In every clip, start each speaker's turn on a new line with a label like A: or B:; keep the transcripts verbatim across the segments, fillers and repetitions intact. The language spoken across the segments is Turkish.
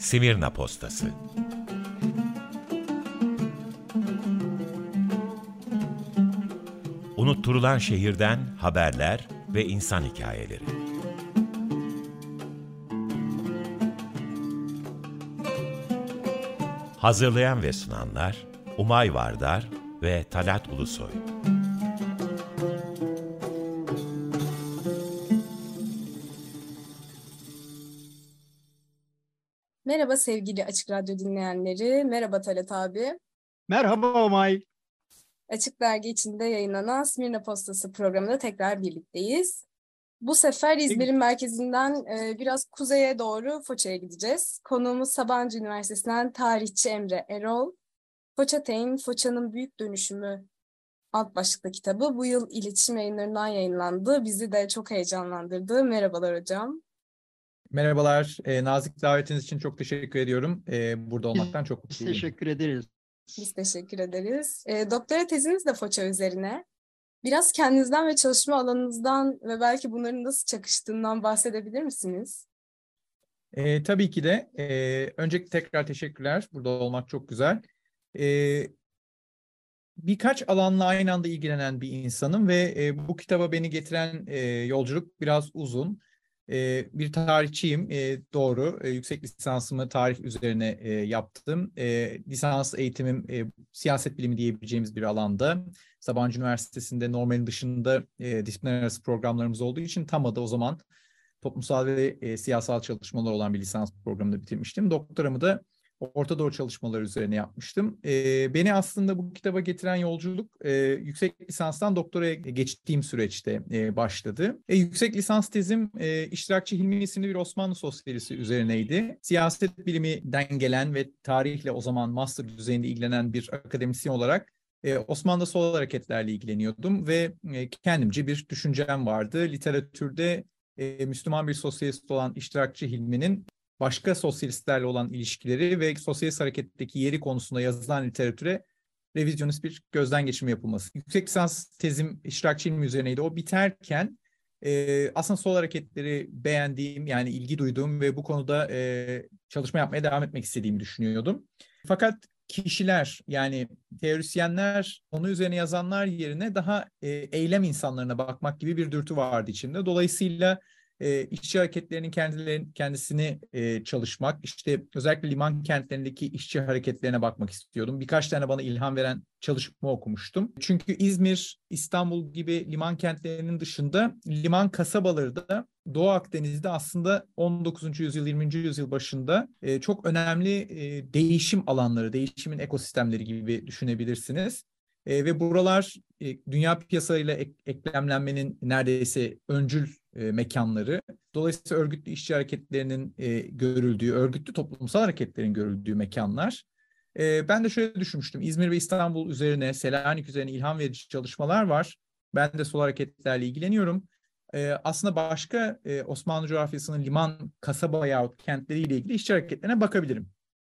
A: Simirna Postası. Unutturulan şehirden haberler ve insan hikayeleri. Hazırlayan ve sunanlar Umay Vardar ve Talat Ulusoy.
B: Merhaba sevgili Açık Radyo dinleyenleri, merhaba Talat abi.
C: Merhaba Umay.
B: Açık Dergi içinde yayınlanan Simirna Postası programında tekrar birlikteyiz. Bu sefer İzmir'in merkezinden e, biraz kuzeye doğru Foça'ya gideceğiz. Konuğumuz Sabancı Üniversitesi'nden tarihçi Emre Erol. Foça Teyn, Foça'nın Büyük Dönüşümü alt başlıklı kitabı bu yıl iletişim yayınlarından yayınlandı. Bizi de çok heyecanlandırdı. Merhabalar hocam.
D: Merhabalar. E, nazik davetiniz için çok teşekkür ediyorum. E, burada olmaktan çok mutluyum.
C: Biz teşekkür ederiz.
B: Biz teşekkür ederiz. E, doktora teziniz de Foça üzerine. Biraz kendinizden ve çalışma alanınızdan ve belki bunların nasıl çakıştığından bahsedebilir misiniz?
D: E, tabii ki de. E, öncelikle tekrar teşekkürler. Burada olmak çok güzel. E, birkaç alanla aynı anda ilgilenen bir insanım ve e, bu kitaba beni getiren e, yolculuk biraz uzun. E, bir tarihçiyim, e, doğru. E, yüksek lisansımı tarih üzerine e, yaptım. E, lisans eğitimim e, siyaset bilimi diyebileceğimiz bir alanda. Sabancı Üniversitesi'nde normalin dışında e, disiplinler arası programlarımız olduğu için TAMA'da o zaman toplumsal ve e, siyasal çalışmalar olan bir lisans programını bitirmiştim. Doktoramı da Orta Doğu çalışmaları üzerine yapmıştım. E, beni aslında bu kitaba getiren yolculuk e, yüksek lisanstan doktoraya geçtiğim süreçte e, başladı. E, yüksek lisans tezim e, İştirakçı Hilmi isimli bir Osmanlı sosyalisti üzerineydi. Siyaset biliminden gelen ve tarihle o zaman master düzeyinde ilgilenen bir akademisyen olarak e, Osmanlı sol hareketlerle ilgileniyordum ve e, kendimce bir düşüncem vardı. Literatürde e, Müslüman bir sosyalist olan İştirakçı Hilmi'nin başka sosyalistlerle olan ilişkileri ve sosyalist hareketteki yeri konusunda yazılan literatüre revizyonist bir gözden geçirme yapılması. Yüksek lisans tezim İştirakçı Hilmi üzerineydi. O biterken e, aslında sol hareketleri beğendiğim, yani ilgi duyduğum ve bu konuda e, çalışma yapmaya devam etmek istediğimi düşünüyordum. Fakat kişiler, yani teorisyenler, konu üzerine yazanlar yerine daha e, eylem insanlarına bakmak gibi bir dürtü vardı içimde. Dolayısıyla E, işçi hareketlerinin kendilerini, kendisini e, çalışmak, işte özellikle liman kentlerindeki işçi hareketlerine bakmak istiyordum. Birkaç tane bana ilham veren çalışma okumuştum. Çünkü İzmir, İstanbul gibi liman kentlerinin dışında liman kasabaları da Doğu Akdeniz'de aslında on dokuzuncu yüzyıl, yirminci yüzyıl başında e, çok önemli e, değişim alanları, değişimin ekosistemleri gibi düşünebilirsiniz. E, ve buralar e, dünya piyasalarıyla ek, eklemlenmenin neredeyse öncül e, mekanları. Dolayısıyla örgütlü işçi hareketlerinin e, görüldüğü, örgütlü toplumsal hareketlerin görüldüğü mekanlar. E, ben de şöyle düşünmüştüm. İzmir ve İstanbul üzerine, Selanik üzerine ilham verici çalışmalar var. Ben de sol hareketlerle ilgileniyorum. E, aslında başka e, Osmanlı coğrafyasının liman, kasaba yahut kentleriyle ilgili işçi hareketlerine bakabilirim.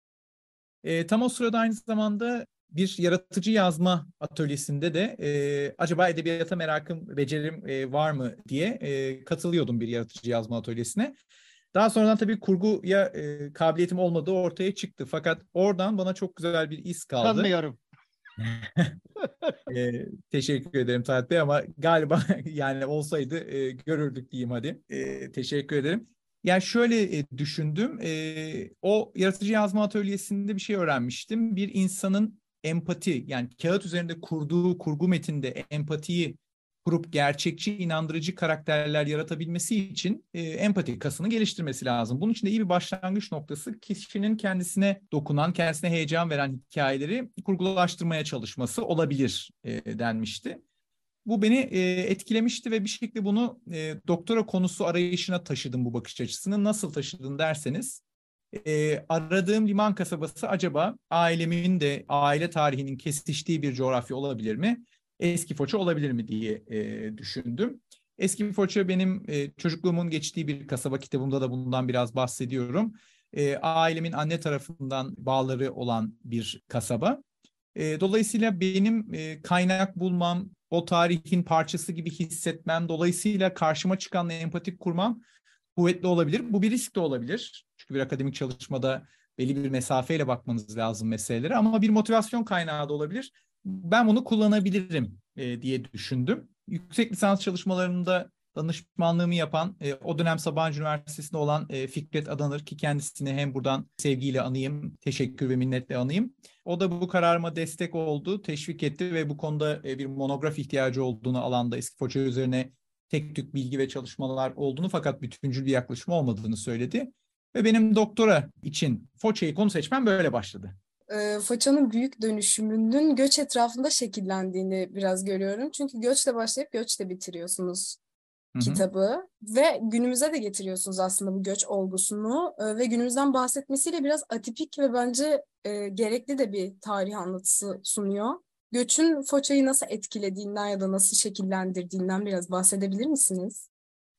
D: E, tam o sırada aynı zamanda bir yaratıcı yazma atölyesinde de e, acaba edebiyata merakım, becerim e, var mı diye e, katılıyordum bir yaratıcı yazma atölyesine. Daha sonradan tabii kurguya e, kabiliyetim olmadığı ortaya çıktı. Fakat oradan bana çok güzel bir iz kaldı.
C: Sanmıyorum.
D: e, teşekkür ederim Talat Bey, ama galiba yani olsaydı e, görürdük diyeyim hadi. E, teşekkür ederim. Yani şöyle e, düşündüm. E, o yaratıcı yazma atölyesinde bir şey öğrenmiştim. Bir insanın empati, yani kağıt üzerinde kurduğu kurgu metinde empatiyi kurup gerçekçi, inandırıcı karakterler yaratabilmesi için e, empati kasını geliştirmesi lazım. Bunun için de iyi bir başlangıç noktası kişinin kendisine dokunan, kendisine heyecan veren hikayeleri kurgulaştırmaya çalışması olabilir e, denmişti. Bu beni e, etkilemişti ve bir şekilde bunu e, doktora konusu arayışına taşıdım bu bakış açısını. Nasıl taşıdın derseniz, e, aradığım liman kasabası acaba ailemin de aile tarihinin kesiştiği bir coğrafya olabilir mi? Eski Foça olabilir mi diye e, düşündüm. Eski Foça benim e, çocukluğumun geçtiği bir kasaba. Kitabımda da bundan biraz bahsediyorum. E, ailemin anne tarafından bağları olan bir kasaba. E, dolayısıyla benim e, kaynak bulmam, o tarihin parçası gibi hissetmem, dolayısıyla karşıma çıkanla empatik kurmam kuvvetli olabilir. Bu bir risk de olabilir. Çünkü bir akademik çalışmada belli bir mesafeyle bakmanız lazım meselelere ama bir motivasyon kaynağı da olabilir. Ben bunu kullanabilirim e, diye düşündüm. Yüksek lisans çalışmalarımda danışmanlığımı yapan, e, o dönem Sabancı Üniversitesi'nde olan e, Fikret Adanır ki kendisini hem buradan sevgiyle anayım, teşekkür ve minnetle anayım. O da bu kararıma destek oldu, teşvik etti ve bu konuda e, bir monograf ihtiyacı olduğunu alanda eski Foça üzerine tek tük bilgi ve çalışmalar olduğunu fakat bütüncül bir yaklaşım olmadığını söyledi. Ve benim doktora için Foça'yı konu seçmem böyle başladı.
B: E, Foça'nın büyük dönüşümünün göç etrafında şekillendiğini biraz görüyorum. Çünkü göçle başlayıp göçle bitiriyorsunuz
D: Hı hı.
B: kitabı ve günümüze de getiriyorsunuz aslında bu göç olgusunu e, ve günümüzden bahsetmesiyle biraz atipik ve bence e, gerekli de bir tarih anlatısı sunuyor. Göçün Foça'yı nasıl etkilediğinden ya da nasıl şekillendirdiğinden biraz bahsedebilir misiniz?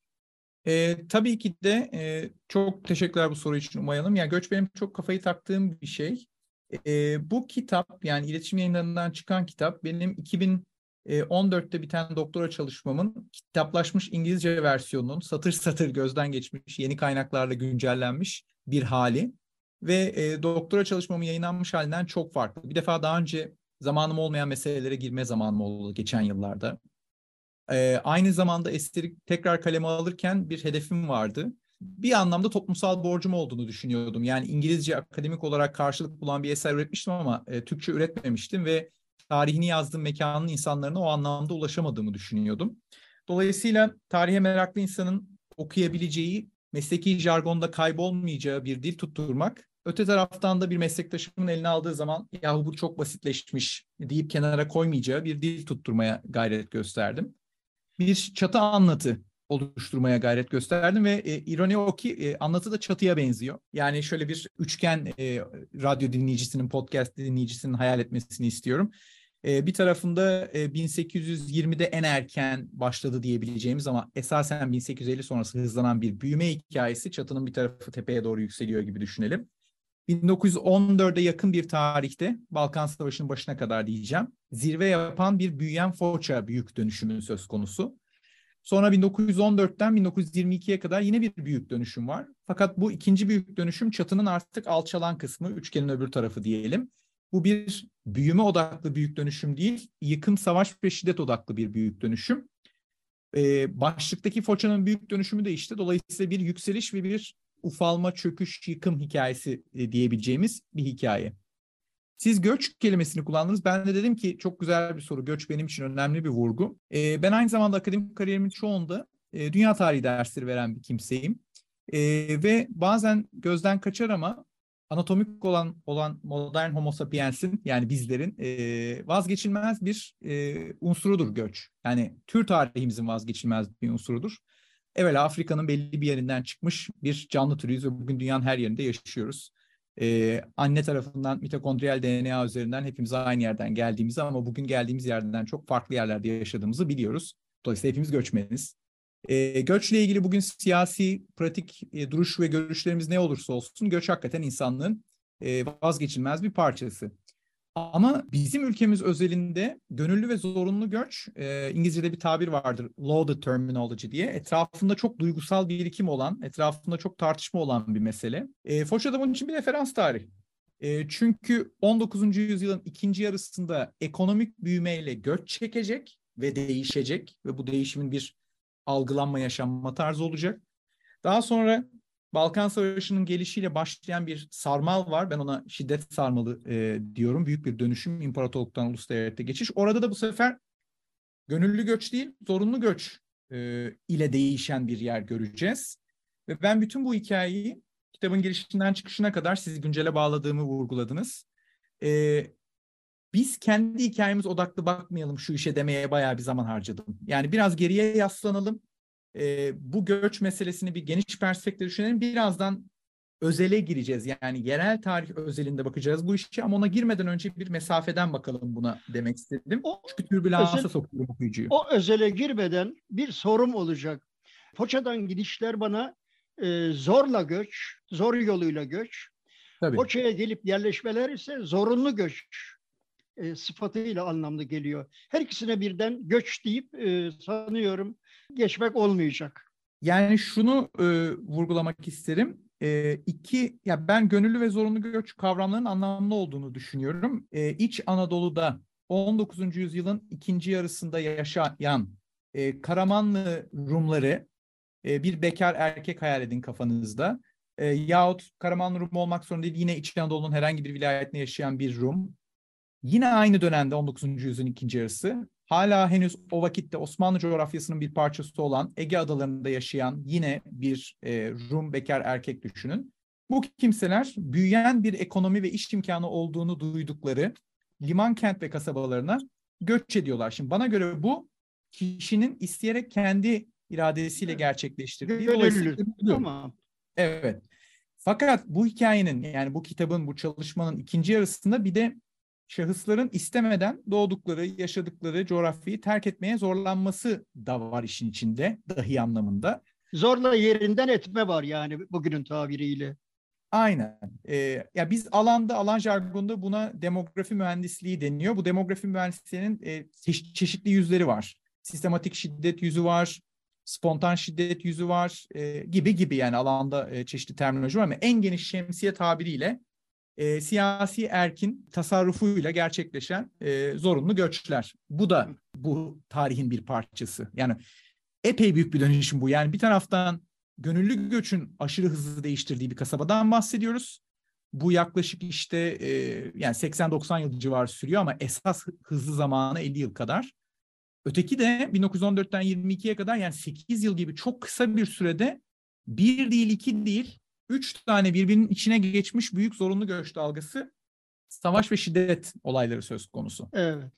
D: E, tabii ki de e, çok teşekkürler bu soru için Umay Hanım. Yani göç benim çok kafayı taktığım bir şey. E, bu kitap yani iletişim yayınlarından çıkan kitap benim iki bin on dörtte biten doktora çalışmamın kitaplaşmış İngilizce versiyonunun satır satır gözden geçmiş, yeni kaynaklarla güncellenmiş bir hali. Ve e, doktora çalışmamın yayınlanmış halinden çok farklı. Bir defa daha önce zamanım olmayan meselelere girme zamanım oldu geçen yıllarda. Ee, aynı zamanda eseri tekrar kaleme alırken bir hedefim vardı. Bir anlamda toplumsal borcum olduğunu düşünüyordum. Yani İngilizce akademik olarak karşılık bulan bir eser üretmiştim ama e, Türkçe üretmemiştim ve tarihini yazdığım mekanın insanlarına o anlamda ulaşamadığımı düşünüyordum. Dolayısıyla tarihe meraklı insanın okuyabileceği, mesleki jargonda kaybolmayacağı bir dil tutturmak, öte taraftan da bir meslektaşımın eline aldığı zaman yahu bu çok basitleşmiş deyip kenara koymayacağı bir dil tutturmaya gayret gösterdim. Bir çatı anlatı oluşturmaya gayret gösterdim ve e, ironi o ki e, anlatı da çatıya benziyor. Yani şöyle bir üçgen e, radyo dinleyicisinin, podcast dinleyicisinin hayal etmesini istiyorum. E, bir tarafında e, bin sekiz yüz yirmide en erken başladı diyebileceğimiz ama esasen bin sekiz yüz elli sonrası hızlanan bir büyüme hikayesi. Çatının bir tarafı tepeye doğru yükseliyor gibi düşünelim. bin dokuz yüz on dörde yakın bir tarihte Balkan Savaşı'nın başına kadar diyeceğim. Zirve yapan bir büyüyen Foça büyük dönüşümü söz konusu. Sonra bin dokuz yüz on dörtten bin dokuz yüz yirmi ikiye kadar yine bir büyük dönüşüm var. Fakat bu ikinci büyük dönüşüm çatının artık alçalan kısmı, üçgenin öbür tarafı diyelim. Bu bir büyüme odaklı büyük dönüşüm değil, yıkım, savaş ve şiddet odaklı bir büyük dönüşüm. Ee, başlıktaki Foça'nın büyük dönüşümü de işte dolayısıyla bir yükseliş ve bir ufalma, çöküş, yıkım hikayesi e, diyebileceğimiz bir hikaye. Siz göç kelimesini kullandınız. Ben de dedim ki çok güzel bir soru. Göç benim için önemli bir vurgu. E, ben aynı zamanda akademik kariyerimin çoğunda e, dünya tarihi dersleri veren bir kimseyim. E, ve bazen gözden kaçar ama anatomik olan olan modern Homo sapiens'in yani bizlerin e, vazgeçilmez bir e, unsurudur göç. Yani tür tarihimizin vazgeçilmez bir unsurudur. Evvela Afrika'nın belli bir yerinden çıkmış bir canlı türüyüz ve bugün dünyanın her yerinde yaşıyoruz. Ee, anne tarafından mitokondriyal D N A üzerinden hepimiz aynı yerden geldiğimizi ama bugün geldiğimiz yerden çok farklı yerlerde yaşadığımızı biliyoruz. Dolayısıyla hepimiz göçmeniz. Ee, göçle ilgili bugün siyasi, pratik e, duruş ve görüşlerimiz ne olursa olsun göç hakikaten insanlığın e, vazgeçilmez bir parçası. Ama bizim ülkemiz özelinde gönüllü ve zorunlu göç, e, İngilizce'de bir tabir vardır, loaded terminology diye. Etrafında çok duygusal birikim olan, etrafında çok tartışma olan bir mesele. E, Foça'da bunun için bir referans tarih. E, çünkü on dokuzuncu yüzyılın ikinci yarısında ekonomik büyümeyle göç çekecek ve değişecek ve bu değişimin bir algılanma, yaşanma tarzı olacak. Daha sonra Balkan Savaşı'nın gelişiyle başlayan bir sarmal var. Ben ona şiddet sarmalı e, diyorum. Büyük bir dönüşüm, imparatorluktan ulus devlete geçiş. Orada da bu sefer gönüllü göç değil, zorunlu göç e, ile değişen bir yer göreceğiz. Ve ben bütün bu hikayeyi kitabın girişinden çıkışına kadar siz güncele bağladığımı vurguladınız. E, biz kendi hikayemiz odaklı bakmayalım şu işe demeye bayağı bir zaman harcadım. Yani biraz geriye yaslanalım. E, bu göç meselesini bir geniş perspektifte düşünelim. Birazdan özele gireceğiz. Yani yerel tarih özelinde bakacağız bu işe ama ona girmeden önce bir mesafeden bakalım buna demek istedim.
C: O
D: Çünkü türbülansa
C: özel,
D: sokuyorum okuyucuyu.
C: o özele girmeden bir sorum olacak. Foça'dan gidişler bana e, zorla göç, zor yoluyla göç.
D: Tabii.
C: Foça'ya gelip yerleşmeler ise zorunlu göç e, sıfatıyla anlamlı geliyor. Her ikisine birden göç deyip e, sanıyorum geçmek olmayacak.
D: Yani şunu e, vurgulamak isterim. e, iki, ya ben gönüllü ve zorunlu göç kavramlarının anlamlı olduğunu düşünüyorum. E, İç Anadolu'da on dokuzuncu yüzyılın ikinci yarısında yaşayan e, Karamanlı Rumları, e, bir bekar erkek hayal edin kafanızda. E, yahut Karamanlı Rum olmak zorunda değil, yine İç Anadolu'nun herhangi bir vilayetinde yaşayan bir Rum. Yine aynı dönemde on dokuzuncu yüzyılın ikinci yarısı, hala henüz o vakitte Osmanlı coğrafyasının bir parçası olan Ege adalarında yaşayan yine bir e, Rum bekar erkek düşünün. Bu kimseler büyüyen bir ekonomi ve iş imkanı olduğunu duydukları liman kent ve kasabalarına göç ediyorlar. Şimdi bana göre bu kişinin isteyerek kendi iradesiyle gerçekleştirdiği, dolayısıyla
C: Gönüllü.
D: gönüllü.
C: Tamam.
D: Evet. Fakat bu hikayenin, yani bu kitabın, bu çalışmanın ikinci yarısında bir de şahısların istemeden doğdukları, yaşadıkları coğrafyayı terk etmeye zorlanması da var işin içinde, dahi anlamında.
C: Zorla yerinden etme var yani bugünün tabiriyle.
D: Aynen. Ee, ya biz alanda, alan jargonunda buna demografi mühendisliği deniyor. Bu demografi mühendisliğinin e, çe- çeşitli yüzleri var. Sistematik şiddet yüzü var, spontan şiddet yüzü var e, gibi gibi, yani alanda e, çeşitli terminoloji var ama en geniş şemsiye tabiriyle e, siyasi erkin tasarrufuyla gerçekleşen e, zorunlu göçler. Bu da bu tarihin bir parçası. Yani epey büyük bir dönüşüm bu. Yani bir taraftan gönüllü göçün aşırı hızlı değiştirdiği bir kasabadan bahsediyoruz. Bu yaklaşık işte e, yani seksen doksan yıl civarı sürüyor ama esas hızlı zamanı elli yıl kadar. Öteki de bin dokuz yüz on dörtten yirmi ikiye kadar, yani sekiz yıl gibi çok kısa bir sürede bir değil, iki değil, üç tane birbirinin içine geçmiş büyük zorunlu göç dalgası, savaş ve şiddet olayları söz konusu.
C: Evet.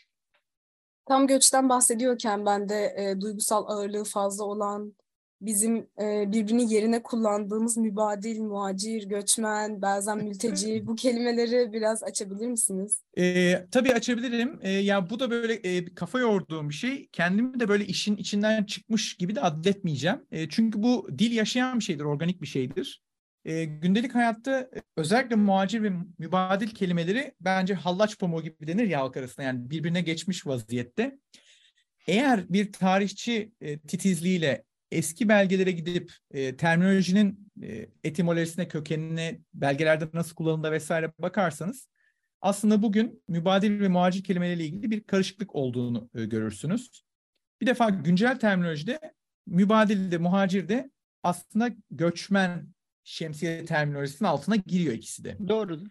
B: Tam göçten bahsediyorken ben de e, duygusal ağırlığı fazla olan, bizim e, birbirini yerine kullandığımız mübadil, muhacir, göçmen, bazen mülteci, bu kelimeleri biraz açabilir misiniz?
D: Ee, tabii açabilirim. Ee, ya bu da böyle e, kafa yorduğum bir şey. Kendimi de böyle işin içinden çıkmış gibi de adletmeyeceğim. E, çünkü bu dil yaşayan bir şeydir, organik bir şeydir. E, gündelik hayatta e, özellikle muhacir ve mübadil kelimeleri bence hallaç pamuğu gibi denir ya halk arasında, yani birbirine geçmiş vaziyette. Eğer bir tarihçi e, titizliğiyle eski belgelere gidip e, terminolojinin e, etimolojisine, kökenine, belgelerde nasıl kullanımda vesaire bakarsanız, aslında bugün mübadil ve muhacir kelimeleriyle ilgili bir karışıklık olduğunu e, görürsünüz. Bir defa güncel terminolojide mübadil de muhacir de aslında göçmen şemsiye terminolojisinin altına giriyor ikisi de.
C: Doğrudur.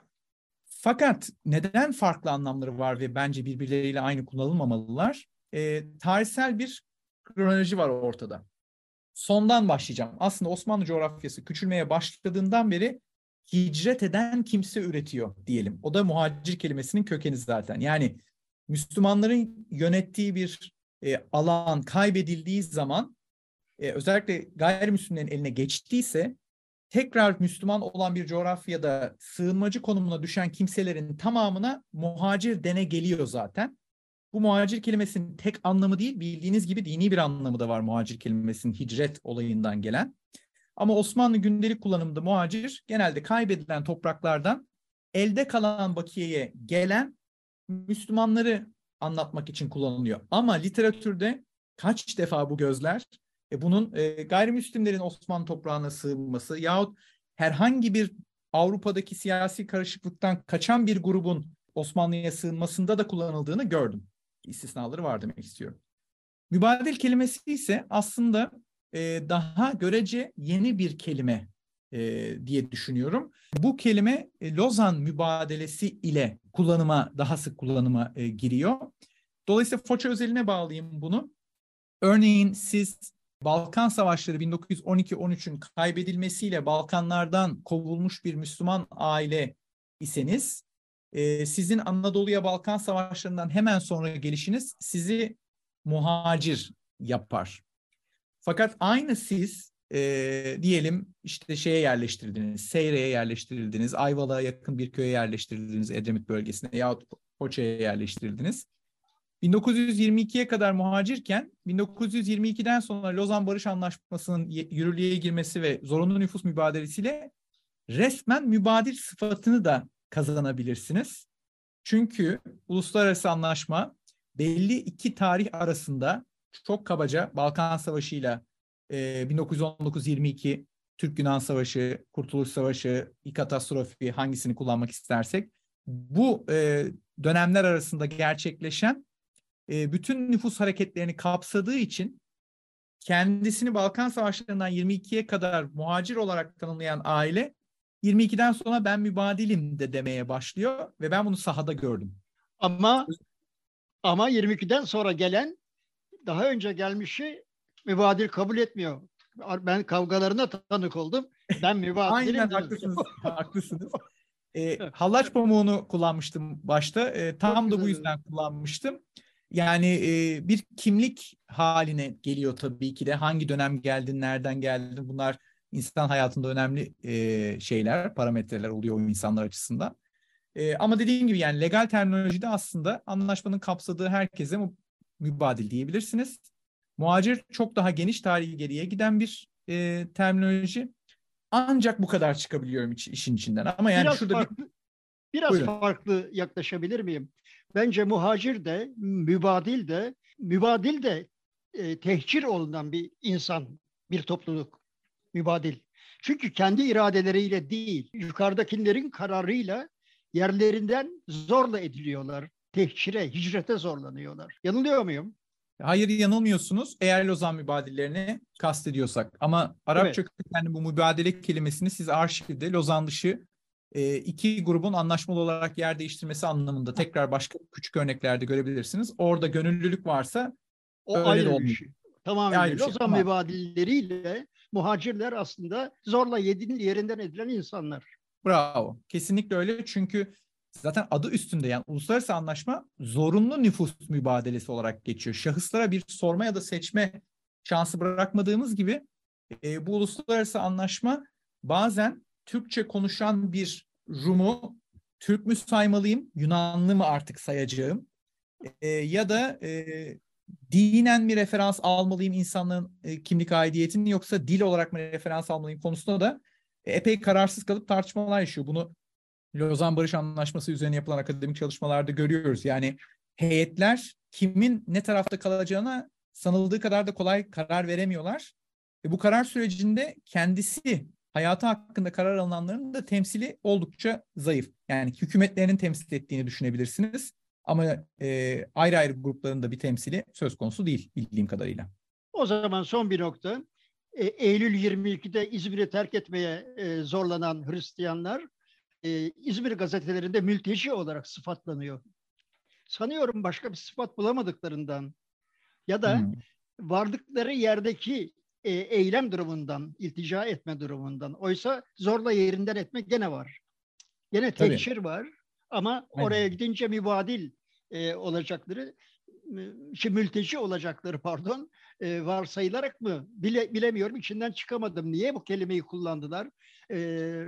D: Fakat neden farklı anlamları var ve bence birbirleriyle aynı kullanılmamalılar? E, tarihsel bir kronoloji var ortada. Sondan başlayacağım. Aslında Osmanlı coğrafyası küçülmeye başladığından beri hicret eden kimse üretiyor diyelim. O da muhacir kelimesinin kökeni zaten. Yani Müslümanların yönettiği bir e, alan kaybedildiği zaman, e, özellikle gayrimüslimlerin eline geçtiyse, tekrar Müslüman olan bir coğrafyada sığınmacı konumuna düşen kimselerin tamamına muhacir dene geliyor zaten. Bu muhacir kelimesinin tek anlamı değil, bildiğiniz gibi dini bir anlamı da var muhacir kelimesinin, hicret olayından gelen. Ama Osmanlı gündelik kullanımında muhacir genelde kaybedilen topraklardan elde kalan bakiyeye gelen Müslümanları anlatmak için kullanılıyor. Ama literatürde kaç defa bu gözler e, bunun e, gayrimüslimlerin Osmanlı toprağına sığınması yahut herhangi bir Avrupa'daki siyasi karışıklıktan kaçan bir grubun Osmanlı'ya sığınmasında da kullanıldığını gördüm. İstisnaları var demek istiyorum. Mübadil kelimesi ise aslında e, daha görece yeni bir kelime e, diye düşünüyorum. Bu kelime e, Lozan mübadelesi ile kullanıma, daha sık kullanıma e, giriyor. Dolayısıyla Foça özeline bağlayayım bunu. Örneğin siz Balkan Savaşları bin dokuz yüz on iki on üçün kaybedilmesiyle Balkanlardan kovulmuş bir Müslüman aile iseniz, e, sizin Anadolu'ya Balkan Savaşları'ndan hemen sonra gelişiniz sizi muhacir yapar. Fakat aynı siz e, diyelim işte şeye yerleştirildiniz, Seyre'ye yerleştirildiniz, Ayvalık'a yakın bir köye yerleştirildiniz, Edremit bölgesine yahut Foça'ya yerleştirildiniz. bin dokuz yüz yirmi ikiye kadar muhacirken bin dokuz yüz yirmi ikiden sonra Lozan Barış Anlaşması'nın yürürlüğe girmesi ve zorunlu nüfus mübadelesiyle resmen mübadil sıfatını da kazanabilirsiniz. Çünkü uluslararası anlaşma belli iki tarih arasında çok kabaca Balkan Savaşı'yla e, bin dokuz yüz on dokuz yirmi iki Türk-Yunan Savaşı, Kurtuluş Savaşı, İ-Katastrofi hangisini kullanmak istersek bu e, dönemler arasında gerçekleşen e, bütün nüfus hareketlerini kapsadığı için kendisini Balkan Savaşları'ndan yirmi ikiye kadar muhacir olarak tanımlayan aile yirmi ikiden sonra ben mübadilim de demeye başlıyor ve ben bunu sahada gördüm.
C: Ama ama yirmi ikiden sonra gelen daha önce gelmişi mübadil kabul etmiyor. Ben kavgalarına tanık oldum. Ben mübadilim.
D: Aynen haklısınız. haklısınız. E, hallaç pamuğunu kullanmıştım başta. E, tam da bu yüzden kullanmıştım. Yani e, bir kimlik haline geliyor tabii ki de. Hangi dönem geldin, nereden geldin? Bunlar insan hayatında önemli e, şeyler, parametreler oluyor o insanlar açısından. E, ama dediğim gibi yani legal terminolojide aslında anlaşmanın kapsadığı herkese mu- mübadil diyebilirsiniz. Muhacir çok daha geniş tarihi geriye giden bir e, terminoloji. Ancak bu kadar çıkabiliyorum iç, işin içinden. Ama yani
C: Biraz
D: şurada
C: farklı,
D: bir...
C: biraz
D: Buyurun.
C: farklı yaklaşabilir miyim? Bence muhacir de, mübadil de, mübadil de e, tehcir olunan bir insan, bir topluluk, mübadil. Çünkü kendi iradeleriyle değil, yukarıdakilerin kararıyla yerlerinden zorla ediliyorlar. Tehcire, hicrete zorlanıyorlar. Yanılıyor muyum?
D: Hayır yanılmıyorsunuz eğer Lozan mübadelerini kastediyorsak. Ama Arapça
C: Evet.
D: kökenli bu mübadele kelimesini siz arşivde Lozan dışı e, iki grubun anlaşmalı olarak yer değiştirmesi anlamında tekrar başka küçük örneklerde görebilirsiniz. Orada gönüllülük varsa
C: O
D: öyle de
C: ayrı bir
D: olmuyor.
C: şey. Tamamen
D: Ayrı
C: öyle.
D: bir şey.
C: Lozan
D: Ama
C: mübadilleriyle muhacirler aslında zorla yedin yerinden edilen insanlar.
D: bravo. Kesinlikle öyle çünkü zaten adı üstünde yani uluslararası anlaşma zorunlu nüfus mübadelesi olarak geçiyor. Şahıslara bir sorma ya da seçme şansı bırakmadığımız gibi e, bu uluslararası anlaşma bazen Türkçe konuşan bir Rum'u Türk mü saymalıyım, Yunanlı mı artık sayacağım e, ya da e, dinen mi referans almalıyım insanların e, kimlik aidiyetini yoksa dil olarak mı referans almalıyım konusunda da e, epey kararsız kalıp tartışmalar yaşıyor. Bunu Lozan Barış Anlaşması üzerine yapılan akademik çalışmalarda görüyoruz. Yani heyetler kimin ne tarafta kalacağına sanıldığı kadar da kolay karar veremiyorlar. Ve bu karar sürecinde kendisi hayatı hakkında karar alınanların da temsili oldukça zayıf. Yani hükümetlerinin temsil ettiğini düşünebilirsiniz. Ama e, ayrı ayrı grupların da bir temsili söz konusu değil bildiğim kadarıyla.
C: O zaman son bir nokta. E, Eylül yirmi ikide İzmir'i terk etmeye e, zorlanan Hristiyanlar e, İzmir gazetelerinde mülteci olarak sıfatlanıyor. Sanıyorum başka bir sıfat bulamadıklarından ya da
D: Hmm.
C: vardıkları yerdeki e, eylem durumundan, iltica etme durumundan. Oysa zorla yerinden etme gene var. Gene
D: Tabii.
C: tehcir var ama
D: Aynen.
C: oraya gidince mübadil e, olacakları, şey, mülteci olacakları pardon, e, varsayılarak mı? Bile, bilemiyorum, içinden çıkamadım. Niye bu kelimeyi kullandılar? E,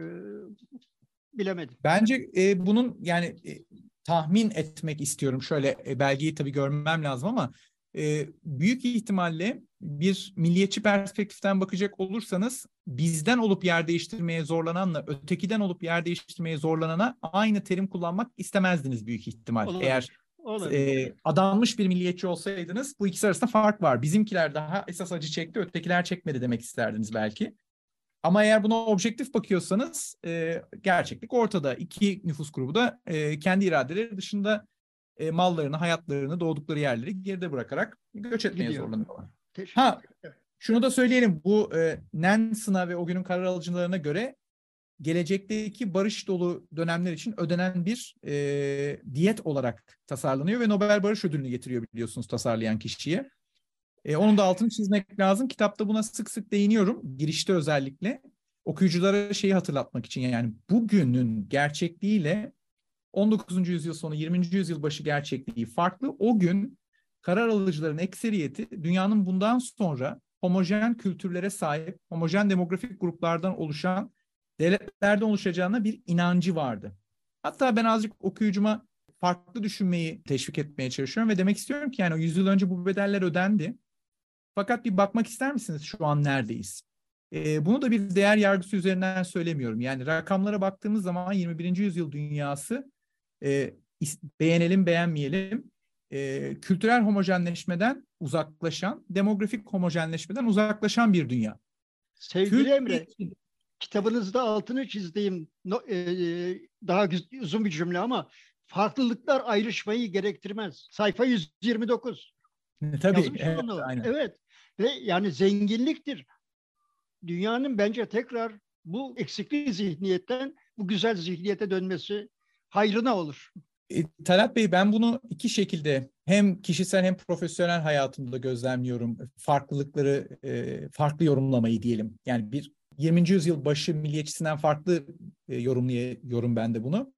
C: bilemedim.
D: Bence e, bunun yani e, tahmin etmek istiyorum. Şöyle e, belgeyi tabii görmem lazım ama e, büyük ihtimalle bir milliyetçi perspektiften bakacak olursanız bizden olup yer değiştirmeye zorlananla ötekiden olup yer değiştirmeye zorlanana aynı terim kullanmak istemezdiniz büyük ihtimal.
C: Olabilir.
D: Eğer e, adanmış bir milliyetçi olsaydınız bu ikisi arasında fark var. Bizimkiler daha esas acı çekti, ötekiler çekmedi demek isterdiniz belki. Ama eğer buna objektif bakıyorsanız e, gerçeklik ortada. İki nüfus grubu da e, kendi iradeleri dışında e, mallarını, hayatlarını, doğdukları yerleri geride bırakarak göç etmeye
C: Gidiyor.
D: zorlanıyorlar.
C: Teşekkür
D: Ha,
C: ederim.
D: şunu da söyleyelim. Bu e, Nansen'a ve o günün karar alıcılarına göre gelecekteki barış dolu dönemler için ödenen bir e, diyet olarak tasarlanıyor ve Nobel Barış Ödülünü getiriyor biliyorsunuz tasarlayan kişiye. E, onun da altını çizmek lazım. Kitapta buna sık sık değiniyorum. Girişte özellikle. Okuyuculara şeyi hatırlatmak için yani bugünün gerçekliğiyle on dokuzuncu yüzyıl sonu yirminci yüzyıl başı gerçekliği farklı. O gün karar alıcıların ekseriyeti dünyanın bundan sonra homojen kültürlere sahip, homojen demografik gruplardan oluşan devletlerden oluşacağına bir inancı vardı. Hatta ben azıcık okuyucuma farklı düşünmeyi teşvik etmeye çalışıyorum ve demek istiyorum ki yani o yüzyıl önce bu bedeller ödendi. Fakat bir bakmak ister misiniz şu an neredeyiz? Ee, bunu da bir değer yargısı üzerinden söylemiyorum. Yani rakamlara baktığımız zaman yirmi birinci yüzyıl dünyası e, beğenelim beğenmeyelim e, kültürel homojenleşmeden uzaklaşan, demografik homojenleşmeden uzaklaşan bir dünya.
C: Sevgili
D: Türkiye
C: Emre,
D: için
C: kitabınızda altını çizdiğim no, e, daha güz- uzun bir cümle ama farklılıklar ayrışmayı gerektirmez. Sayfa yüz yirmi dokuz.
D: tabii
C: Yazmış
D: evet,
C: onu.
D: aynen.
C: Evet. Ve yani zenginliktir. Dünyanın bence tekrar bu eksikliği zihniyetten bu güzel zihniyete dönmesi hayrına olur.
D: E, Talat Bey, ben bunu iki şekilde hem kişisel hem profesyonel hayatımda gözlemliyorum. Farklılıkları, e, farklı yorumlamayı diyelim. Yani bir yirminci yüzyıl başı milliyetçisinden farklı e, yorumluyorum ben de bunu.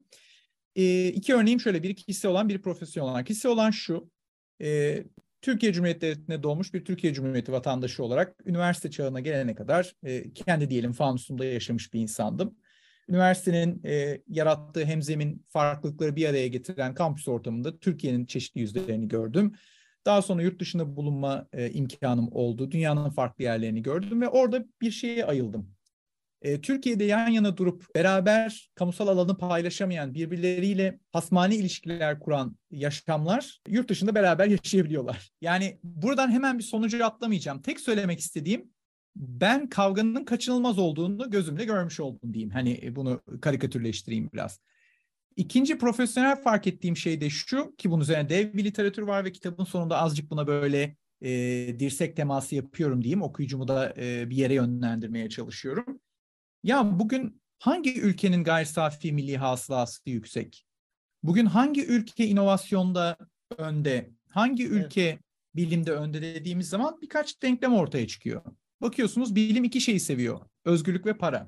D: E, iki örneğim şöyle, biri kişisel olan, biri profesyonel olan. Kişisel olan şu, e, Türkiye Cumhuriyeti Devleti'nde doğmuş bir Türkiye Cumhuriyeti vatandaşı olarak üniversite çağına gelene kadar e, kendi diyelim fanusumda yaşamış bir insandım. Üniversitenin e, yarattığı hemzemin farklılıkları bir araya getiren kampüs ortamında Türkiye'nin çeşitli yüzlerini gördüm. Daha sonra yurt dışında bulunma e, imkanım oldu. Dünyanın farklı yerlerini gördüm ve orada bir şeye ayıldım. E, Türkiye'de yan yana durup beraber kamusal alanı paylaşamayan, birbirleriyle hasmani ilişkiler kuran yaşamlar yurt dışında beraber yaşayabiliyorlar. Yani buradan hemen bir sonuca atlamayacağım. Tek söylemek istediğim, ben kavganın kaçınılmaz olduğunu gözümle görmüş oldum diyeyim. Hani bunu karikatürleştireyim biraz. İkinci profesyonel fark ettiğim şey de şu ki bunun üzerine dev bir literatür var ve kitabın sonunda azıcık buna böyle e, dirsek teması yapıyorum diyeyim. Okuyucumu da e, bir yere yönlendirmeye çalışıyorum. Ya bugün hangi ülkenin gayri safi milli hasılası yüksek? Bugün hangi ülke inovasyonda önde? Hangi ülke evet. bilimde önde dediğimiz zaman birkaç denklem ortaya çıkıyor. Bakıyorsunuz bilim iki şeyi seviyor. Özgürlük ve para.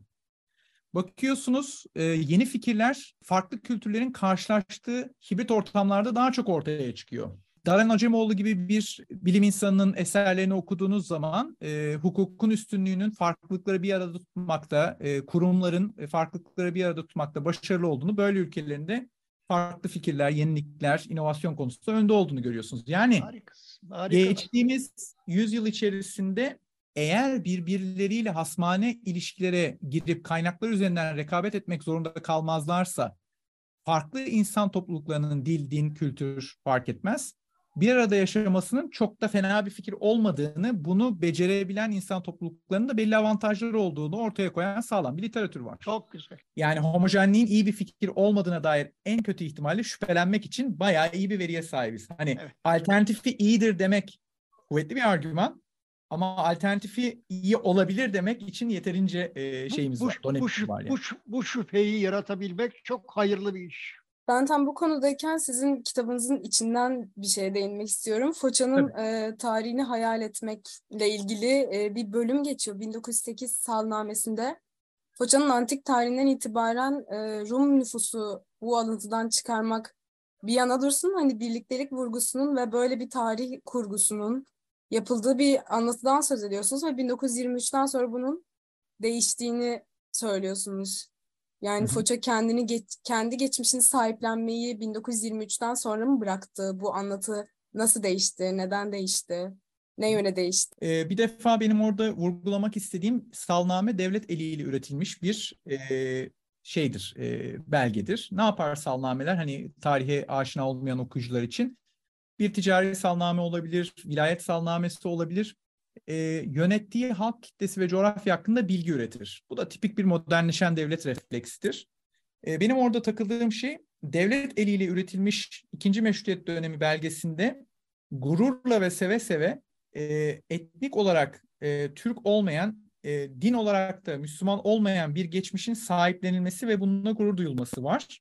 D: Bakıyorsunuz e, yeni fikirler farklı kültürlerin karşılaştığı hibrit ortamlarda daha çok ortaya çıkıyor. Daran Acemoğlu gibi bir bilim insanının eserlerini okuduğunuz zaman e, hukukun üstünlüğünün farklılıkları bir arada tutmakta, e, kurumların e, farklılıkları bir arada tutmakta başarılı olduğunu, böyle ülkelerinde farklı fikirler, yenilikler, inovasyon konusunda önde olduğunu görüyorsunuz. Yani harikasın, harikasın. Geçtiğimiz yüzyıl içerisinde eğer birbirleriyle hasmane ilişkilere girip kaynaklar üzerinden rekabet etmek zorunda kalmazlarsa, farklı insan topluluklarının dil, din, kültür fark etmez, bir arada yaşamasının çok da fena bir fikir olmadığını, bunu becerebilen insan topluluklarının da belli avantajları olduğunu ortaya koyan sağlam bir literatür var.
C: Çok güzel.
D: Yani homojenliğin iyi bir fikir olmadığına dair en kötü ihtimalle şüphelenmek için bayağı iyi bir veriye sahibiz. Hani evet. Alternatifi iyidir demek kuvvetli bir argüman. Ama alternatifi iyi olabilir demek için yeterince e, şeyimiz
C: bu,
D: var.
C: Bu, bu,
D: var yani.
C: bu, bu şüpheyi yaratabilmek çok hayırlı bir iş.
B: Ben tam bu konudayken sizin kitabınızın içinden bir şeye değinmek istiyorum. Foça'nın e, tarihini hayal etmekle ilgili e, bir bölüm geçiyor bin dokuz yüz sekiz salnamesinde. Foça'nın antik tarihinden itibaren e, Rum nüfusu bu alıntıdan çıkarmak bir yana dursun, hani birliktelik vurgusunun ve böyle bir tarih kurgusunun yapıldığı bir anlatıdan söz ediyorsunuz ve bin dokuz yüz yirmi üçten sonra bunun değiştiğini söylüyorsunuz. Yani hı hı. Foça kendini geç, kendi geçmişini sahiplenmeyi bin dokuz yüz yirmi üçten sonra mı bıraktı? Bu anlatı nasıl değişti? Neden değişti? Ne yöne değişti?
D: Ee, bir defa benim orada vurgulamak istediğim, salname devlet eliyle üretilmiş bir e, şeydir, e, belgedir. Ne yapar salnameler? Hani tarihe aşina olmayan okuyucular için. Bir ticari salname olabilir, vilayet salnamesi olabilir. E, yönettiği halk kitlesi ve coğrafya hakkında bilgi üretir. Bu da tipik bir modernleşen devlet refleksidir. E, benim orada takıldığım şey, devlet eliyle üretilmiş ikinci Meşrutiyet dönemi belgesinde gururla ve seve seve e, etnik olarak e, Türk olmayan, e, din olarak da Müslüman olmayan bir geçmişin sahiplenilmesi ve bununla gurur duyulması var.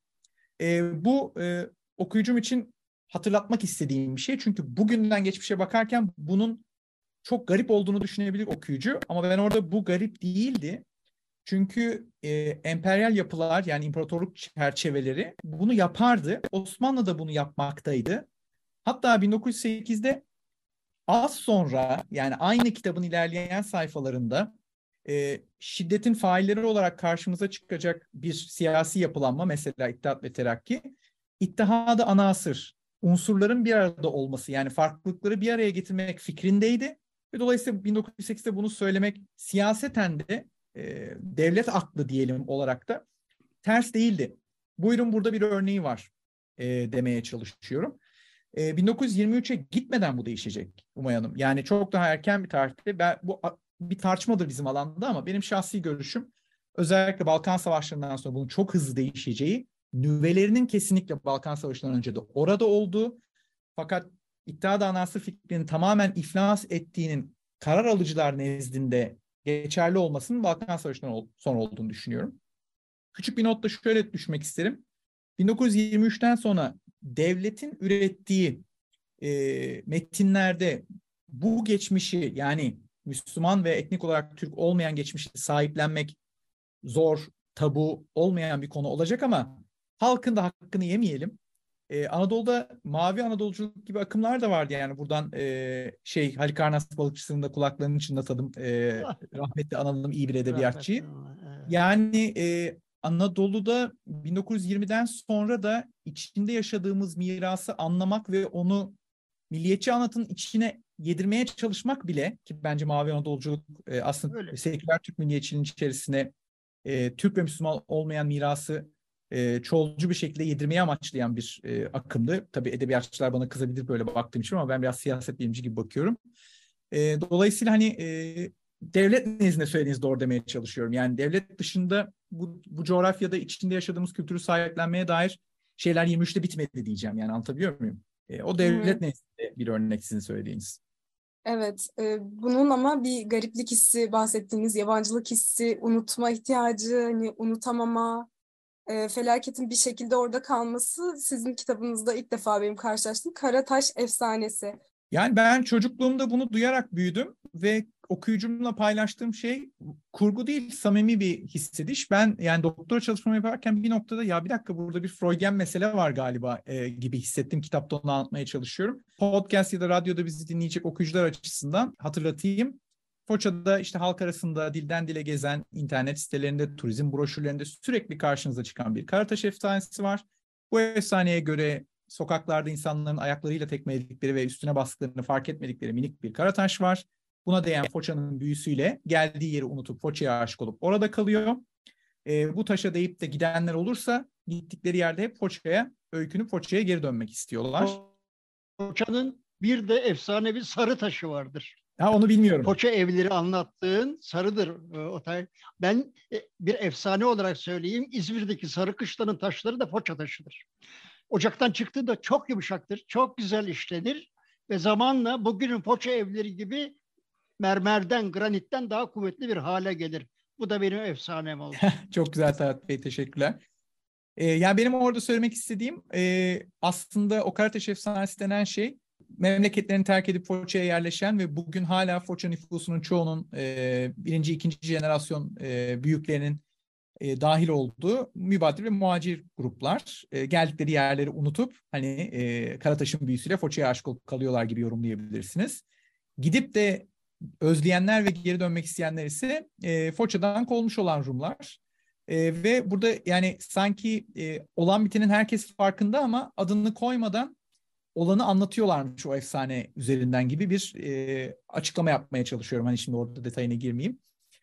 D: E, bu e, okuyucum için hatırlatmak istediğim bir şey. Çünkü bugünden geçmişe bakarken bunun çok garip olduğunu düşünebilir okuyucu. Ama ben orada bu garip değildi. Çünkü e, emperyal yapılar, yani imparatorluk çerçeveleri bunu yapardı. Osmanlı da bunu yapmaktaydı. Hatta bin dokuz yüz sekizde az sonra, yani aynı kitabın ilerleyen sayfalarında e, şiddetin failleri olarak karşımıza çıkacak bir siyasi yapılanma, mesela İttihat ve Terakki, İttihadı anasır, unsurların bir arada olması, yani farklılıkları bir araya getirmek fikrindeydi. Ve dolayısıyla bin dokuz yüz sekizde bunu söylemek siyaseten de e, devlet aklı diyelim olarak da ters değildi. Buyurun, burada bir örneği var e, demeye çalışıyorum. E, bin dokuz yüz yirmi üçe gitmeden bu değişecek Umay Hanım. Yani çok daha erken bir tarihte ben, bu bir tartışmadır bizim alanda ama benim şahsi görüşüm özellikle Balkan Savaşları'ndan sonra bunun çok hızlı değişeceği, nüvelerinin kesinlikle Balkan Savaşı'ndan önce de orada olduğu fakat İttihat Anası fikrinin tamamen iflas ettiğinin karar alıcılar nezdinde geçerli olmasının Balkan Savaşı'ndan sonra olduğunu düşünüyorum. Küçük bir notla şöyle düşmek isterim. bin dokuz yüz yirmi üçten sonra devletin ürettiği e, metinlerde bu geçmişi yani Müslüman ve etnik olarak Türk olmayan geçmişi sahiplenmek zor, tabu olmayan bir konu olacak ama halkın da hakkını yemeyelim. Ee, Anadolu'da Mavi Anadoluculuk gibi akımlar da vardı yani buradan e, şey Halikarnas balıkçısının da kulaklarını çınlatalım. E, rahmetli analım iyi bir edebiyatçıyı.
C: Evet.
D: Yani e, Anadolu'da bin dokuz yüz yirmiden sonra da içinde yaşadığımız mirası anlamak ve onu milliyetçi anlatının içine yedirmeye çalışmak bile ki bence Mavi Anadoluculuk e, aslında
C: Öyle.
D: seküler Türk milliyetçiliğinin içerisine e, Türk ve Müslüman olmayan mirası e, çoğulcu bir şekilde yedirmeye amaçlayan bir e, akımdı. Tabii edebiyatçılar bana kızabilir böyle baktığım için ama ben biraz siyaset bilimci gibi bakıyorum. E, dolayısıyla hani e, devlet nezdinde söylediğiniz doğru demeye çalışıyorum. Yani devlet dışında bu, bu coğrafyada içinde yaşadığımız kültürü sahiplenmeye dair şeyler yirmi üçte bitmedi diyeceğim. Yani anlatabiliyor muyum? E, o devlet Hı-hı. nezdinde bir örnek sizin söylediğiniz.
B: Evet, e, bunun ama bir gariplik hissi bahsettiğiniz, yabancılık hissi, unutma ihtiyacı, hani unutamama, e, felaketin bir şekilde orada kalması sizin kitabınızda ilk defa benim karşılaştığım Karataş Efsanesi.
D: Yani ben çocukluğumda bunu duyarak büyüdüm ve okuyucumla paylaştığım şey kurgu değil, samimi bir hissediş. Ben yani doktora çalışmamı yaparken bir noktada ya bir dakika burada bir Freudian mesele var galiba e, gibi hissettim. Kitapta onu anlatmaya çalışıyorum. Podcast ya da radyoda bizi dinleyecek okuyucular açısından hatırlatayım. Foça'da işte halk arasında dilden dile gezen internet sitelerinde, turizm broşürlerinde sürekli karşınıza çıkan bir Karataş efsanesi var. Bu efsaneye göre sokaklarda insanların ayaklarıyla tekmeledikleri ve üstüne bastıklarını fark etmedikleri minik bir karataş var. Buna değen Foça'nın büyüsüyle geldiği yeri unutup Foça'ya aşık olup orada kalıyor. E, bu taşa değip de gidenler olursa gittikleri yerde hep Foça'ya öykünüp Foça'ya geri dönmek istiyorlar.
C: Foça'nın bir de efsanevi sarı taşı vardır.
D: Ha, onu bilmiyorum.
C: Foça evleri anlattığın sarıdır. Ben bir efsane olarak söyleyeyim. İzmir'deki Sarıkışla'nın taşları da Foça taşıdır. Ocaktan çıktığında çok yumuşaktır, çok güzel işlenir ve zamanla bugünün Foça evleri gibi mermerden, granitten daha kuvvetli bir hale gelir. Bu da benim efsanem oldu.
D: Çok güzel Talat Bey, teşekkürler. Ee, yani benim orada söylemek istediğim e, aslında o Karataş efsanesi denen şey memleketlerini terk edip Foça'ya yerleşen ve bugün hala Foça nüfusunun çoğunun e, birinci, ikinci jenerasyon e, büyüklerinin E, dahil olduğu mübadil ve muhacir gruplar e, geldikleri yerleri unutup hani e, Karataş'ın büyüsüyle Foça'ya aşık olup kalıyorlar gibi yorumlayabilirsiniz. Gidip de özleyenler ve geri dönmek isteyenler ise e, Foça'dan kovulmuş olan Rumlar. E, ve burada yani sanki e, olan bitenin herkes farkında ama adını koymadan olanı anlatıyorlarmış o efsane üzerinden gibi bir e, açıklama yapmaya çalışıyorum. Hani şimdi orada detayına girmeyeyim.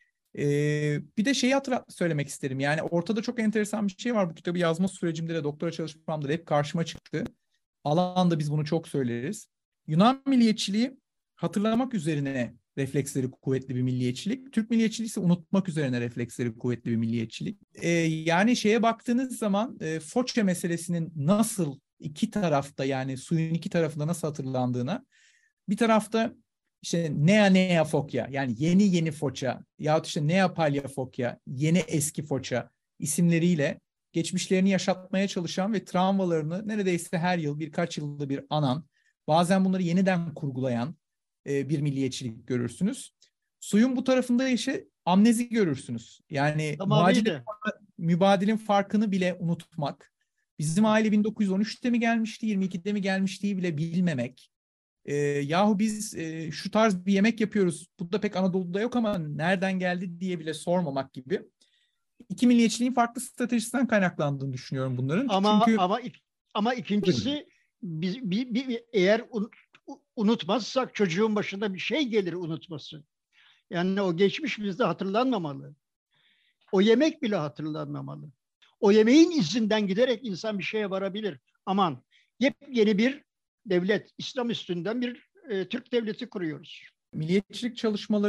D: Ee, bir de şeyi hatırlat söylemek isterim. Yani ortada çok enteresan bir şey var. Bu kitabı yazma sürecimde de doktora çalışmamda da hep karşıma çıktı. Alanda biz bunu çok söyleriz. Yunan milliyetçiliği hatırlamak üzerine refleksleri kuvvetli bir milliyetçilik. Türk milliyetçiliği ise unutmak üzerine refleksleri kuvvetli bir milliyetçilik. Ee, yani şeye baktığınız zaman e, Foça meselesinin nasıl iki tarafta yani suyun iki tarafında nasıl hatırlandığına bir tarafta İşte Nea Nea Fokya yani yeni yeni Foça yahut işte Nea Palya Fokya yeni eski Foça isimleriyle geçmişlerini yaşatmaya çalışan ve travmalarını neredeyse her yıl birkaç yılda bir anan bazen bunları yeniden kurgulayan e, bir milliyetçilik görürsünüz. Suyun bu tarafında işte amnezi görürsünüz. Yani muhacirlik, mübadilin farkını bile unutmak. Bizim aile bin dokuz yüz on üçte mi gelmişti yirmi ikide mi gelmişti bile bilmemek. E, yahu biz e, şu tarz bir yemek yapıyoruz. Bu da pek Anadolu'da yok ama nereden geldi diye bile sormamak gibi. İki milliyetçiliğin farklı stratejisinden kaynaklandığını düşünüyorum bunların.
C: Ama
D: Çünkü
C: ama ama ikincisi biz bir, bir, eğer un, unutmazsak çocuğun başına bir şey gelir unutması. Yani o geçmiş bizde hatırlanmamalı. O yemek bile hatırlanmamalı. O yemeğin izinden giderek insan bir şeye varabilir. Aman yepyeni bir devlet, İslam üstünden bir e, Türk devleti kuruyoruz.
D: Milliyetçilik çalışmaları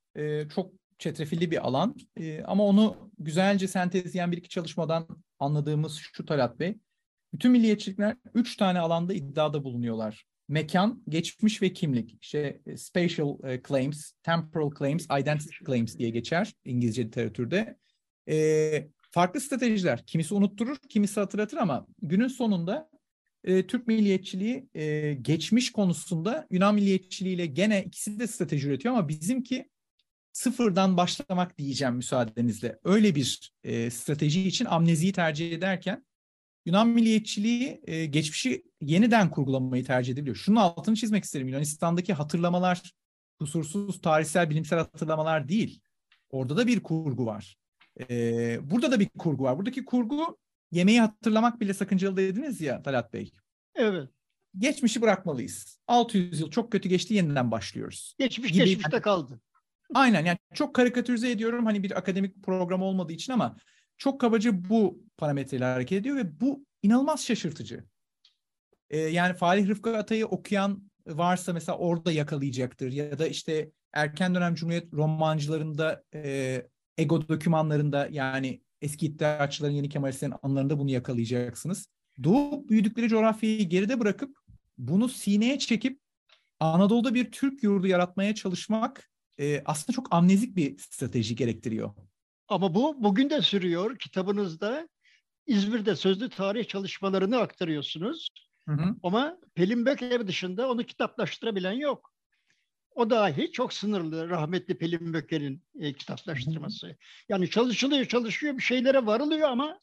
D: E, çok çetrefilli bir alan. E, ama onu güzelce sentezleyen bir iki çalışmadan anladığımız şu Talat Bey. Bütün milliyetçilikler üç tane alanda iddiada bulunuyorlar. Mekan, geçmiş ve kimlik. İşte spatial e, claims, temporal claims, identity claims diye geçer İngilizce literatürde. E, farklı stratejiler. Kimisi unutturur, kimisi hatırlatır ama günün sonunda e, Türk milliyetçiliği e, geçmiş konusunda Yunan milliyetçiliğiyle gene ikisi de strateji üretiyor ama bizimki sıfırdan başlamak diyeceğim müsaadenizle. Öyle bir e, strateji için amneziyi tercih ederken Yunan milliyetçiliği e, geçmişi yeniden kurgulamayı tercih edebiliyor. Şunun altını çizmek isterim. Yunanistan'daki hatırlamalar kusursuz tarihsel bilimsel hatırlamalar değil. Orada da bir kurgu var. E, burada da bir kurgu var. Buradaki kurgu yemeği hatırlamak bile sakıncalı dediniz ya Talat Bey.
C: Evet.
D: Geçmişi bırakmalıyız. altı yüz yıl çok kötü geçti, yeniden başlıyoruz.
C: Geçmiş
D: gibi.
C: geçmişte kaldı.
D: Aynen, yani çok karikatürize ediyorum hani bir akademik program olmadığı için ama çok kabaca bu parametreyle hareket ediyor ve bu inanılmaz şaşırtıcı. Ee, yani Falih Rıfkı Atay'ı okuyan varsa mesela orada yakalayacaktır ya da işte erken dönem Cumhuriyet romancılarında e, ego dokümanlarında yani eski iddiaçıların, yeni Kemalistlerin anılarında bunu yakalayacaksınız. Doğup büyüdükleri coğrafyayı geride bırakıp bunu sineye çekip Anadolu'da bir Türk yurdu yaratmaya çalışmak e, aslında çok amnezik bir strateji gerektiriyor.
C: Ama bu bugün de sürüyor. Kitabınızda İzmir'de sözlü tarih çalışmalarını aktarıyorsunuz.
D: Hı hı.
C: Ama Pelin Bökev dışında onu kitaplaştırabilen yok. O dahi çok sınırlı, rahmetli Pelin Böker'in e, kitaplaştırması. Hı hı. Yani çalışılıyor, çalışıyor, bir şeylere varılıyor ama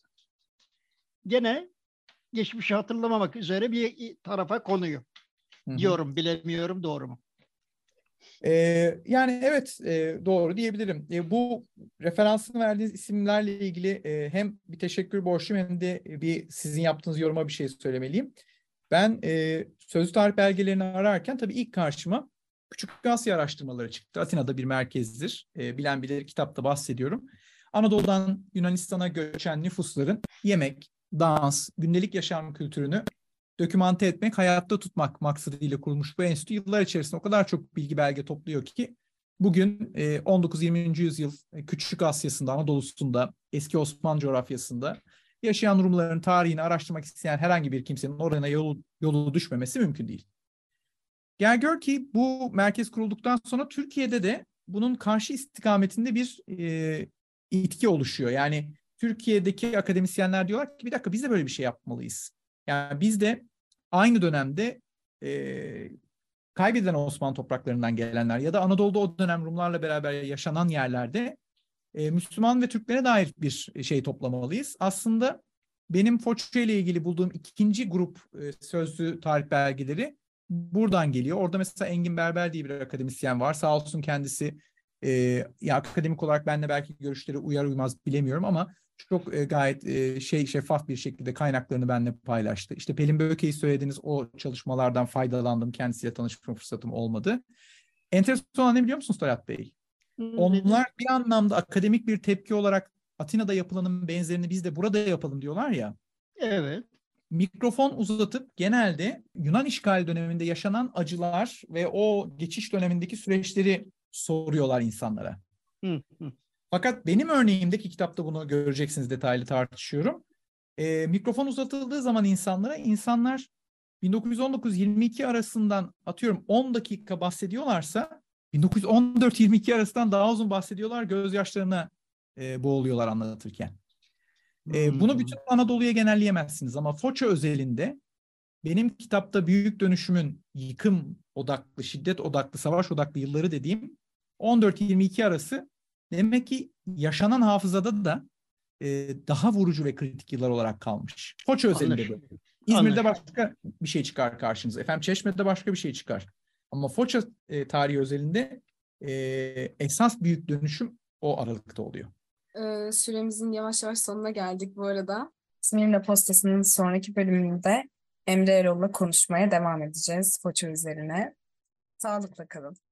C: gene geçmişi hatırlamamak üzere bir tarafa konuyor. Hı hı. Diyorum, bilemiyorum, doğru mu?
D: Ee, yani evet, e, doğru diyebilirim. E, bu referansını verdiğiniz isimlerle ilgili e, hem bir teşekkür borçluyum hem de bir sizin yaptığınız yoruma bir şey söylemeliyim. Ben e, sözlü tarih belgelerini ararken tabii ilk karşıma Küçük Asya araştırmaları çıktı. Atina'da bir merkezdir. E, bilen bilir, kitapta bahsediyorum. Anadolu'dan Yunanistan'a göçen nüfusların yemek, dans, gündelik yaşam kültürünü dokümante etmek, hayatta tutmak maksadıyla kurulmuş bu enstitü yıllar içerisinde o kadar çok bilgi belge topluyor ki bugün on dokuz yirminci yüzyıl Küçük Asya'sında, Anadolu'sunda, eski Osmanlı coğrafyasında yaşayan Rumların tarihini araştırmak isteyen herhangi bir kimsenin oraya yolu, yolu düşmemesi mümkün değil. Gel gör ki bu merkez kurulduktan sonra Türkiye'de de bunun karşı istikametinde bir e, itki oluşuyor. Yani Türkiye'deki akademisyenler diyorlar ki bir dakika biz de böyle bir şey yapmalıyız. Yani biz de aynı dönemde e, kaybedilen Osmanlı topraklarından gelenler ya da Anadolu'da o dönem Rumlarla beraber yaşanan yerlerde e, Müslüman ve Türklere dair bir şey toplamalıyız. Aslında benim Foça ile ilgili bulduğum ikinci grup e, sözlü tarih belgeleri buradan geliyor. Orada mesela Engin Berber diye bir akademisyen var. Sağ olsun kendisi e, ya akademik olarak benimle belki görüşleri uyar uymaz bilemiyorum ama çok e, gayet e, şey şeffaf bir şekilde kaynaklarını benimle paylaştı. İşte Pelin Böke'yi söylediğiniz o çalışmalardan faydalandım. Kendisiyle tanışma fırsatım olmadı. Enteresan olan ne biliyor musunuz Talat Bey? Onlar bir anlamda akademik bir tepki olarak Atina'da yapılanın benzerini biz de burada yapalım diyorlar ya.
C: Evet.
D: Mikrofon uzatıp genelde Yunan işgal döneminde yaşanan acılar ve o geçiş dönemindeki süreçleri soruyorlar insanlara.
C: Hı hı.
D: Fakat benim örneğimdeki kitapta bunu göreceksiniz, detaylı tartışıyorum. E, mikrofon uzatıldığı zaman insanlara, insanlar bin dokuz yüz on dokuz yirmi iki arasından atıyorum on dakika bahsediyorlarsa bin dokuz yüz on dört yirmi iki arasından daha uzun bahsediyorlar, gözyaşlarına e, boğuluyorlar anlatırken. E, bunu bütün Anadolu'ya genelleyemezsiniz ama Foça özelinde benim kitapta büyük dönüşümün yıkım odaklı, şiddet odaklı, savaş odaklı yılları dediğim on dört yirmi iki arası demek ki yaşanan hafızada da e, daha vurucu ve kritik yıllar olarak kalmış. Foça özelinde böyle. İzmir'de başka bir şey çıkar karşınıza. Efendim Çeşme'de başka bir şey çıkar. Ama Foça e, tarihi özelinde e, esas büyük dönüşüm o aralıkta oluyor.
B: Ee, süremizin yavaş yavaş sonuna geldik bu arada. Smirna Postası'nın sonraki bölümünde Emre Erol'la konuşmaya devam edeceğiz Foça üzerine. Sağlıkla kalın.